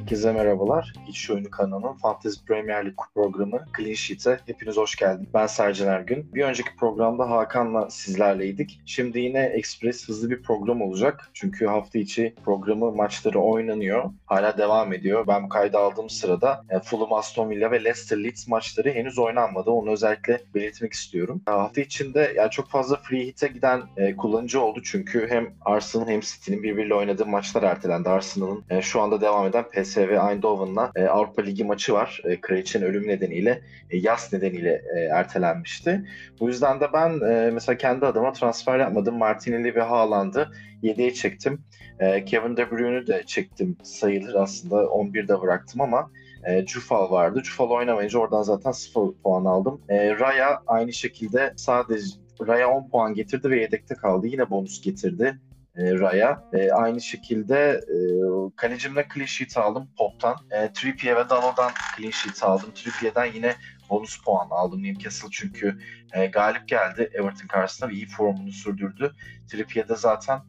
Herkese merhabalar. İç Oyunu kanalının Fantasy Premier Lig programı Clean Sheet'e hepiniz hoş geldiniz. Ben Sercan Ergün. Bir önceki programda Hakan'la sizlerleydik. Şimdi yine Express hızlı bir program olacak. Çünkü hafta içi programı maçları oynanıyor. Hala devam ediyor. Ben bu kaydı aldığım sırada Fulham, Aston Villa ve Leicester Leeds maçları henüz oynanmadı. Onu özellikle belirtmek istiyorum. Hafta içinde yani çok fazla free hit'e giden kullanıcı oldu. Çünkü hem Arsenal hem City'nin birbiriyle oynadığı maçlar ertelendi. Arsenal'ın şu anda devam eden PSV Eindhoven'la Avrupa Ligi maçı var. Kraliçenin ölümü nedeniyle, yas nedeniyle ertelenmişti. Bu yüzden de ben mesela kendi adıma transfer yapmadım. Martinelli ve Haaland'ı 7'ye çektim. Kevin De Bruyne'ü de çektim sayılır aslında. 11'de bıraktım ama Cufal vardı. Cufal oynamayınca oradan zaten 0 puan aldım. Raya aynı şekilde sadece Raya 10 puan getirdi ve yedekte kaldı. Yine bonus getirdi. Raya. Aynı şekilde kalecimle clean sheet aldım Pop'tan. Trippier ve Dalo'dan clean sheet aldım. Trippier'den yine bonus puan aldım Newcastle çünkü galip geldi Everton karşısında ve iyi formunu sürdürdü. Trippier'de zaten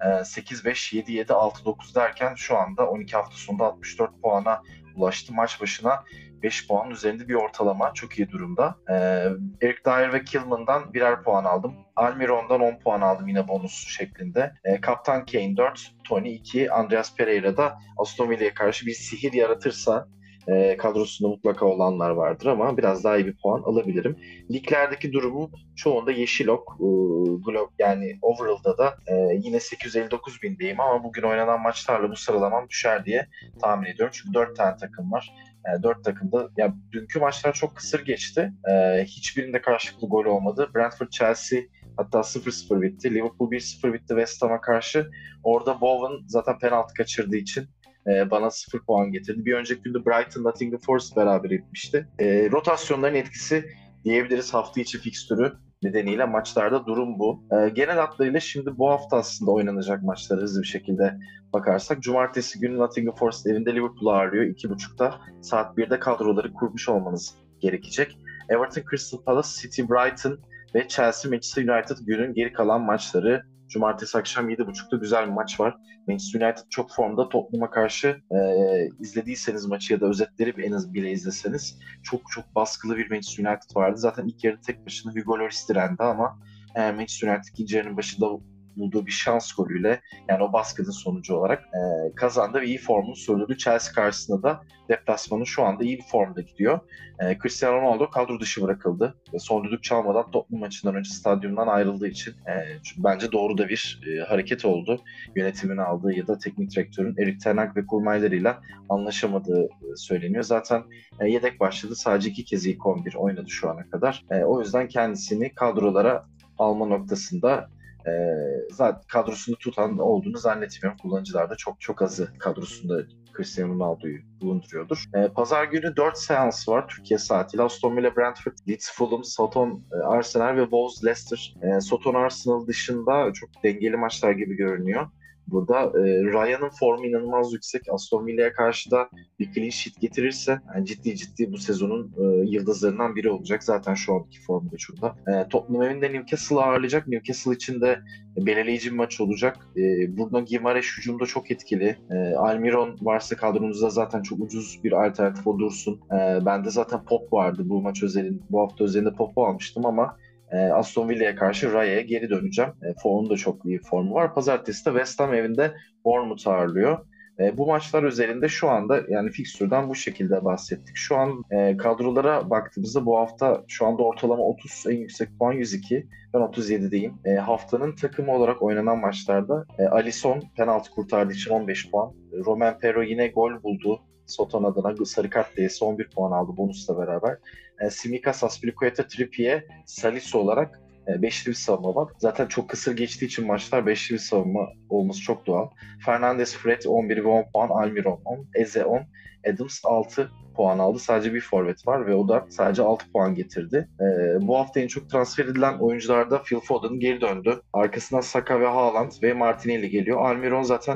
8-5, 7-7, 6-9 derken şu anda 12 hafta sonunda 64 puana ulaştı. Maç başına 5 puanın üzerinde bir ortalama. Çok iyi durumda. Eric Dyer ve Kilman'dan birer puan aldım. Almiron'dan 10 puan aldım yine bonus şeklinde. Kaptan Kane 4, Tony 2, Andreas Pereira da Aston Villa'ya karşı bir sihir yaratırsa kadrosunda mutlaka olanlar vardır ama biraz daha iyi bir puan alabilirim. Liglerdeki durumum çoğunda yeşil ok. Yani overall'da da yine 859 bindeyim ama bugün oynanan maçlarla bu sıralamam düşer diye tahmin ediyorum. Çünkü 4 tane takım var. 4 takımda ya dünkü maçlar çok kısır geçti. Hiçbirinde karşılıklı gol olmadı. Brentford, Chelsea hatta 0-0 bitti. Liverpool 1-0 bitti West Ham'a karşı. Orada Bowen zaten penaltı kaçırdığı için bana 0 puan getirdi. Bir önceki günde Brighton Nottingham Forest beraber etmişti. Rotasyonların etkisi diyebiliriz hafta içi fikstürü nedeniyle maçlarda durum bu. Genel hatlarıyla şimdi bu hafta aslında oynanacak maçları hızlı bir şekilde bakarsak. Cumartesi günü Nottingham Forest evinde Liverpool'u ağırlıyor. 2.30'da saat 1'de kadroları kurmuş olmanız gerekecek. Everton Crystal Palace, City Brighton ve Chelsea Manchester United günün geri kalan maçları. Cumartesi akşam 7.30'da güzel bir maç var. Manchester United çok formda. Tottenham'a karşı izlediyseniz maçı ya da özetleri en az bile izleseniz çok çok baskılı bir Manchester United vardı. Zaten ilk yarı tek başına Hugo Lloris direndi ama Manchester United ikinci yarının başında bulduğu bir şans golüyle yani o baskının sonucu olarak kazandı ve iyi formunu sürdürdü. Chelsea karşısında da deplasmanı şu anda iyi bir formda gidiyor. Cristiano Ronaldo kadro dışı bırakıldı. Son düdük çalmadan Tottenham maçından önce stadyumdan ayrıldığı için bence doğru da bir hareket oldu. Yönetimin aldığı ya da teknik direktörün Erik ten Hag ve kurmaylarıyla anlaşamadığı söyleniyor. Zaten yedek başladı. Sadece 2 kez ilk 11 oynadı şu ana kadar. O yüzden kendisini kadrolara alma noktasında zaten kadrosunu tutan olduğunu zannetmiyorum. Kullanıcılar da çok çok azı kadrosunda Cristiano Ronaldo'yu bulunduruyordur. Pazar günü 4 seans var Türkiye saatiyle. Aston Villa, Brentford, Leeds, Fulham, Soton, Arsenal ve Wolves, Leicester. Soton Arsenal dışında çok dengeli maçlar gibi görünüyor. Burada Ryan'ın formu inanılmaz yüksek. Aston Villa'ya karşı da bir clean sheet getirirse yani ciddi bu sezonun yıldızlarından biri olacak. Zaten şu anki formu da şurada. Tottenham evinde Newcastle'ı ağırlayacak. Newcastle için de belirleyici bir maç olacak. Bruno Guimaraes hücumda çok etkili. Almiron varsa kadronuzda zaten çok ucuz bir alternatif olursun. Bende zaten Pop vardı bu hafta özelinde Pop'u almıştım ama Aston Villa'ya karşı Raya'ya geri döneceğim. Onun da çok iyi formu var. Pazartesi de West Ham evinde Bournemouth ağırlıyor. Bu maçlar üzerinde şu anda yani fikstürden bu şekilde bahsettik. Şu an kadrolara baktığımızda bu hafta şu anda ortalama 30, en yüksek puan 102. Ben 37'deyim. Haftanın takımı olarak oynanan maçlarda Alisson penaltı kurtardığı için 15 puan. Romain Perraud yine gol buldu. Soton adına sarı kart değilse 11 puan aldı bonusla beraber. Tsimikas, Azpilicueta, Trippier, Salisu olarak beşli bir savunma var. Zaten çok kısır geçtiği için maçlar beşli bir savunma olması çok doğal. Fernandes, Fred 11 ve 10 puan, Almiron 10, Eze 10, Adams 6 puan aldı. Sadece bir forvet var ve o da sadece 6 puan getirdi. Bu hafta en çok transfer edilen oyuncularda Phil Foden geri döndü. Arkasından Saka ve Haaland ve Martinelli geliyor. Almiron zaten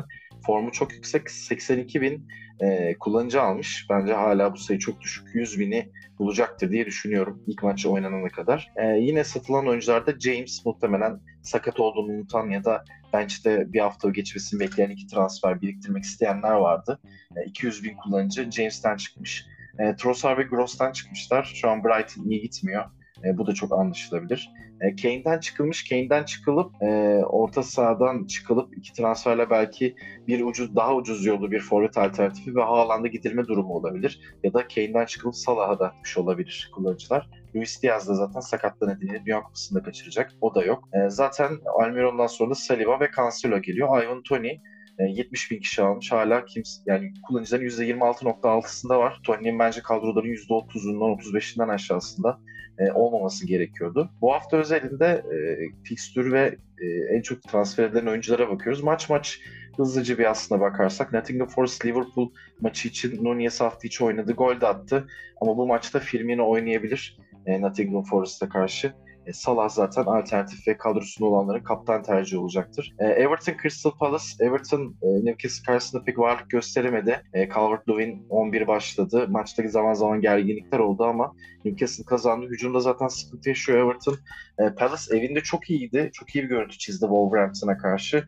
Formu çok yüksek. 82 bin kullanıcı almış. Bence hala bu sayı çok düşük. 100 bini bulacaktır diye düşünüyorum ilk maçı oynanana kadar. Yine satılan oyuncularda James, muhtemelen sakat olduğunu unutan ya da bench'te bir hafta geçmesini bekleyen iki transfer biriktirmek isteyenler vardı. 200 bin kullanıcı James'ten çıkmış. Trossard ve Gross'tan çıkmışlar. Şu an Brighton iyi gitmiyor. Bu da çok anlaşılabilir. Kane'den çıkılmış. Kane'den çıkılıp orta sahadan çıkılıp iki transferle belki daha ucuz yolu bir forvet alternatifi ve Haaland'a gidilme durumu olabilir. Ya da Kane'den çıkılıp Salah'a da düşmüş olabilir kullanıcılar. Luis Diaz da zaten sakatlığı nedeniyle Dünya Kupası'nda kaçıracak. O da yok. Zaten Almiron'dan sonra da Saliba ve Cancelo geliyor. Ivan Toney 70 bin kişi almış. Hala kimse, yani kullanıcıların %26.6'sında var. Tony'nin bence kadroların %30'undan 35'inden aşağısında olmaması gerekiyordu. Bu hafta özelinde fikstür ve en çok transfer edilen oyunculara bakıyoruz. Maç hızlıca bir aslına bakarsak Nottingham Forest Liverpool maçı için Nunez hafta içi oynadı. Gol de attı. Ama bu maçta Firmino oynayabilir Nottingham Forest'a karşı. Salah zaten alternatif ve kadrosunda olanların kaptan tercihi olacaktır. Everton Crystal Palace. Everton Newcastle karşısında pek varlık gösteremedi. Calvert-Lewin 11 başladı. Maçtaki zaman zaman gerginlikler oldu ama Newcastle kazandı. Hücumda zaten sıkıntı yaşıyor Everton. Palace evinde çok iyiydi. Çok iyi bir görüntü çizdi Wolverhampton'a karşı.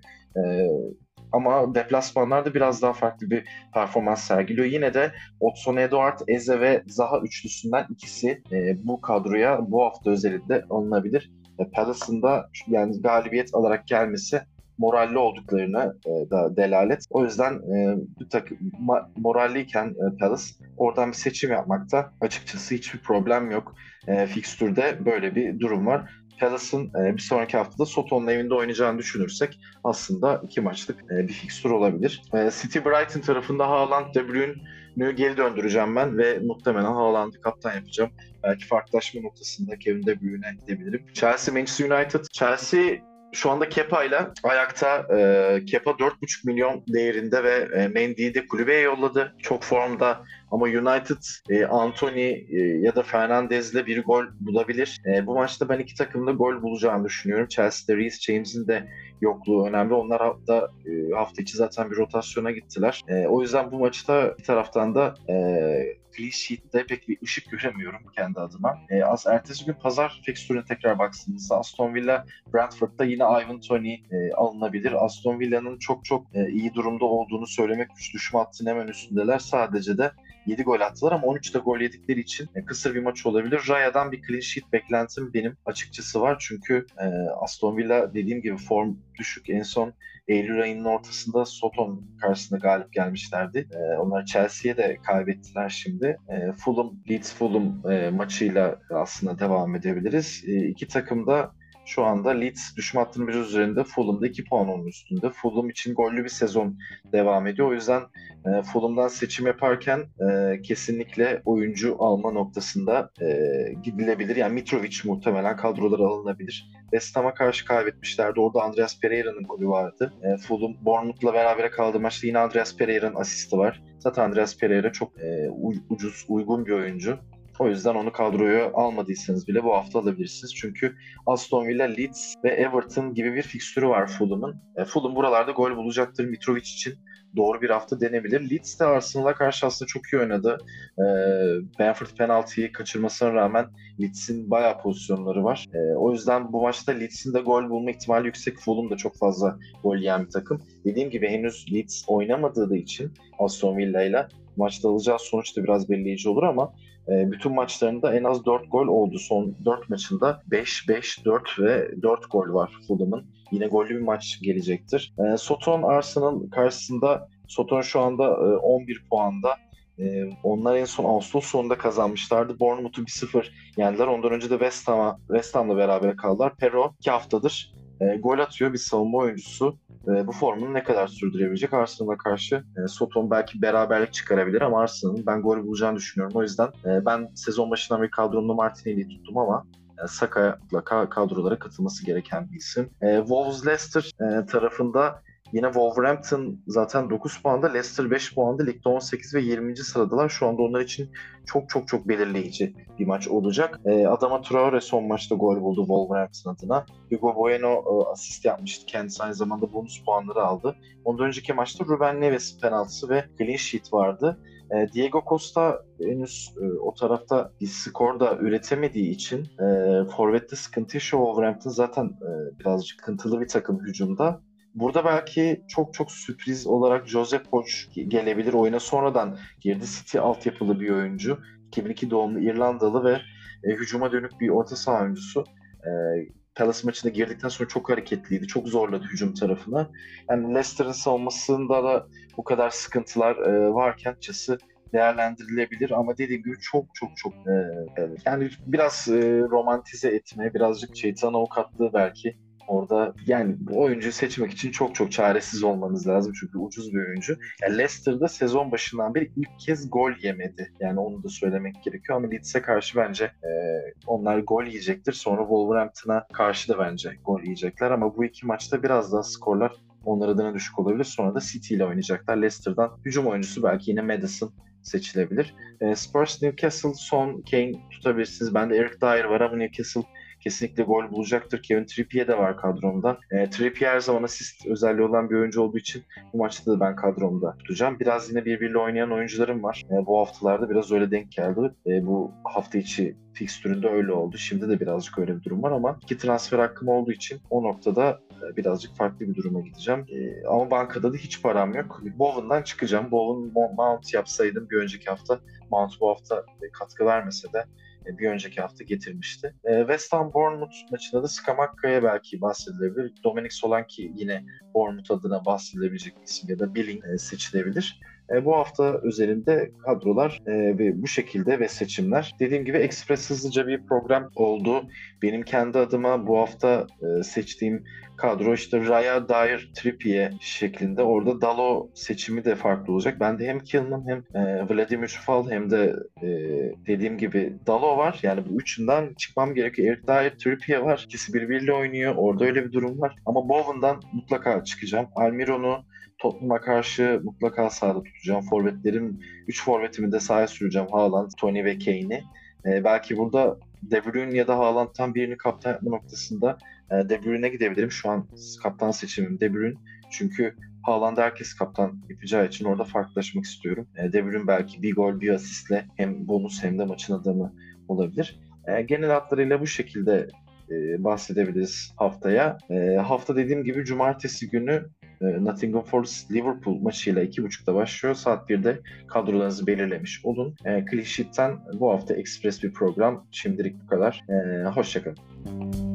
Ama deplasmanlarda biraz daha farklı bir performans sergiliyor. Yine de Odsonne-Édouard, Eze ve Zaha üçlüsünden ikisi bu kadroya bu hafta özelinde alınabilir. Palace'ın da yani galibiyet alarak gelmesi moralli olduklarına da delalet. O yüzden bir takım moralliyken Palace oradan bir seçim yapmakta açıkçası hiçbir problem yok. Fikstürde böyle bir durum var. Palace'ın bir sonraki haftada Soton'un evinde oynayacağını düşünürsek aslında 2 maçlık bir fikstür olabilir. City Brighton tarafında Haaland, De Bruyne'ü geri döndüreceğim ben ve muhtemelen Haaland'ı kaptan yapacağım. Belki farklılaşma noktasında Kevin De Bruyne'e gidebilirim. Chelsea Manchester United. Chelsea şu anda Kepa ile ayakta. Kepa 4,5 milyon değerinde ve Mendy'yi de kulübeye yolladı. Çok formda ama United Anthony ya da Fernandez'le bir gol bulabilir. Bu maçta ben iki takımda gol bulacağını düşünüyorum. Chelsea'de Reece James'in de yokluğu önemli. Onlar hafta içi zaten bir rotasyona gittiler. O yüzden bu maçta bir taraftan da clean sheet'te pek bir ışık göremiyorum kendi adıma. Ertesi gün pazar fikstürüne tekrar baktığımızda Aston Villa Brentford'da yine Ivan Toney alınabilir. Aston Villa'nın çok iyi durumda olduğunu söylemek güç. Düşme hattının hemen üstündeler. Sadece de 7 gol attılar ama 13'te gol yedikleri için kısır bir maç olabilir. Raya'dan bir clean sheet beklentim benim açıkçası var. Çünkü Aston Villa dediğim gibi form düşük. En son Eylül ayının ortasında Soton karşısında galip gelmişlerdi. Onlar Chelsea'ye de kaybettiler şimdi. Leeds-Fulham maçıyla aslında devam edebiliriz. İki takım da şu anda Leeds düşme hattının biraz üzerinde, Fulham'da 2 puan onun üstünde. Fulham için gollü bir sezon devam ediyor. O yüzden Fulham'dan seçim yaparken kesinlikle oyuncu alma noktasında gidilebilir. Yani Mitrovic muhtemelen kadrolara alınabilir. West Ham'a karşı kaybetmişlerdi. Orada Andreas Pereira'nın golü vardı. Fulham Bournemouth'la berabere kaldığı maçta yine Andreas Pereira'nın asisti var. Zaten Andreas Pereira çok ucuz, uygun bir oyuncu. O yüzden onu kadroya almadıysanız bile bu hafta alabilirsiniz. Çünkü Aston Villa, Leeds ve Everton gibi bir fikstürü var Fulham'ın. Fulham buralarda gol bulacaktır. Mitrovic için doğru bir hafta denebilir. Leeds de Arsenal'a karşı aslında çok iyi oynadı. Bamford penaltıyı kaçırmasına rağmen Leeds'in bayağı pozisyonları var. O yüzden bu maçta Leeds'in de gol bulma ihtimali yüksek. Fulham da çok fazla gol yiyen bir takım. Dediğim gibi henüz Leeds oynamadığı için Aston Villa'yla maçta alacağı sonuç da biraz belirleyici olur ama bütün maçlarında en az 4 gol oldu. Son 4 maçında 5, 5, 4 ve 4 gol var Fulham'ın. Yine gollü bir maç gelecektir. Soton Arsenal karşısında Soton şu anda 11 puanda. Onlar en son Ağustos sonunda kazanmışlardı. Bournemouth'u 1-0 yendiler. Ondan önce de West Ham'la beraber kaldılar. Pero 2 haftadır gol atıyor, bir savunma oyuncusu. Bu formunu ne kadar sürdürebilecek? Arsenal'a karşı Soton belki beraberlik çıkarabilir ama Arsenal'ın ben gol bulacağını düşünüyorum. O yüzden ben sezon başından bir kadromda Martinelli'yi tuttum ama Saka'ya mutlaka kadrolara katılması gereken bir isim. Wolves Leicester tarafında Yine Wolverhampton zaten 9 puanda, Leicester 5 puanda, ligde 18 ve 20. sıradalar. Şu anda onlar için çok çok çok belirleyici bir maç olacak. Adama Traore son maçta gol buldu Wolverhampton adına. Hugo Bueno asist yapmıştı. Kendisi aynı zamanda bonus puanları aldı. Ondan önceki maçta Ruben Neves penaltısı ve clean sheet vardı. Diego Costa henüz o tarafta bir skor da üretemediği için forvette sıkıntı yaşıyor Wolverhampton. Zaten birazcık sıkıntılı bir takım hücumda. Burada belki çok çok sürpriz olarak Jose Poch gelebilir. Oyuna sonradan girdi. City altyapılı bir oyuncu. 2002 doğumlu İrlandalı ve hücuma dönük bir orta saha oyuncusu. Palace maçına girdikten sonra çok hareketliydi. Çok zorladı hücum tarafına. Yani Leicester'ın savunmasında da bu kadar sıkıntılar varken açıkçası değerlendirilebilir ama dediğim gibi çok çok çok yani biraz romantize etmeye, birazcık şeytan avukatlığı belki orada, yani bu oyuncuyu seçmek için çok çok çaresiz olmanız lazım çünkü ucuz bir oyuncu. Yani Leicester'da sezon başından beri ilk kez gol yemedi. Yani onu da söylemek gerekiyor ama Leeds'e karşı bence onlar gol yiyecektir. Sonra Wolverhampton'a karşı da bence gol yiyecekler ama bu iki maçta biraz daha skorlar onlar adına düşük olabilir. Sonra da City ile oynayacaklar. Leicester'dan hücum oyuncusu belki yine Maddison seçilebilir. Spurs Newcastle son Kane tutabilirsiniz. Bende Eric Dyer var ama Newcastle kesinlikle gol bulacaktır. Kevin Trippier de var kadromda. Trippier her zaman asist özelliği olan bir oyuncu olduğu için bu maçta da ben kadromda tutacağım. Biraz yine birbiriyle oynayan oyuncularım var. Bu haftalarda biraz öyle denk geldi. Bu hafta içi fikstüründe öyle oldu. Şimdi de birazcık öyle bir durum var ama iki transfer hakkım olduğu için o noktada birazcık farklı bir duruma gideceğim. Ama bankada da hiç param yok. Bowen'dan çıkacağım. Bowen Mount yapsaydım bir önceki hafta. Mount bu hafta katkı vermese de bir önceki hafta getirmişti. West Ham Bournemouth maçında da Scamacca'ya belki bahsedilebilir. Dominic Solanke yine Bournemouth adına bahsedilebilecek bir isim ya da Billing seçilebilir. Bu hafta özelinde kadrolar ve bu şekilde ve seçimler. Dediğim gibi ekspres hızlıca bir program oldu. Benim kendi adıma bu hafta seçtiğim kadro işte Raya, Dyer, Trippier şeklinde. Orada Dalo seçimi de farklı olacak. Ben de hem Kilman hem Vladimir Şufal hem de dediğim gibi Dalo var. Yani bu üçünden çıkmam gerekiyor. Eric Dyer, Trippier var. İkisi birbiriyle oynuyor. Orada öyle bir durum var. Ama Bowen'dan mutlaka çıkacağım. Almiron'u Tottenham'a karşı mutlaka sahada tutacağım. Forvetlerim, 3 forvetimi de sahaya süreceğim. Haaland, Tony ve Kane'i. Belki burada De Bruyne ya da Haaland'tan birini kaptan yapma noktasında De Bruyne'e gidebilirim. Şu an kaptan seçimim De Bruyne. Çünkü Haaland'ı herkes kaptan yapacağı için orada farklılaşmak istiyorum. De Bruyne belki bir gol, bir asistle hem bonus hem de maçın adamı olabilir. Genel hatlarıyla bu şekilde bahsedebiliriz haftaya. Hafta dediğim gibi cumartesi günü Nottingham Forest Liverpool maçıyla 2.30'da başlıyor. Saat 1'de kadrolarınızı belirlemiş olun. Clean Sheet'ten bu hafta ekspres bir program. Şimdilik bu kadar. Hoşça kalın.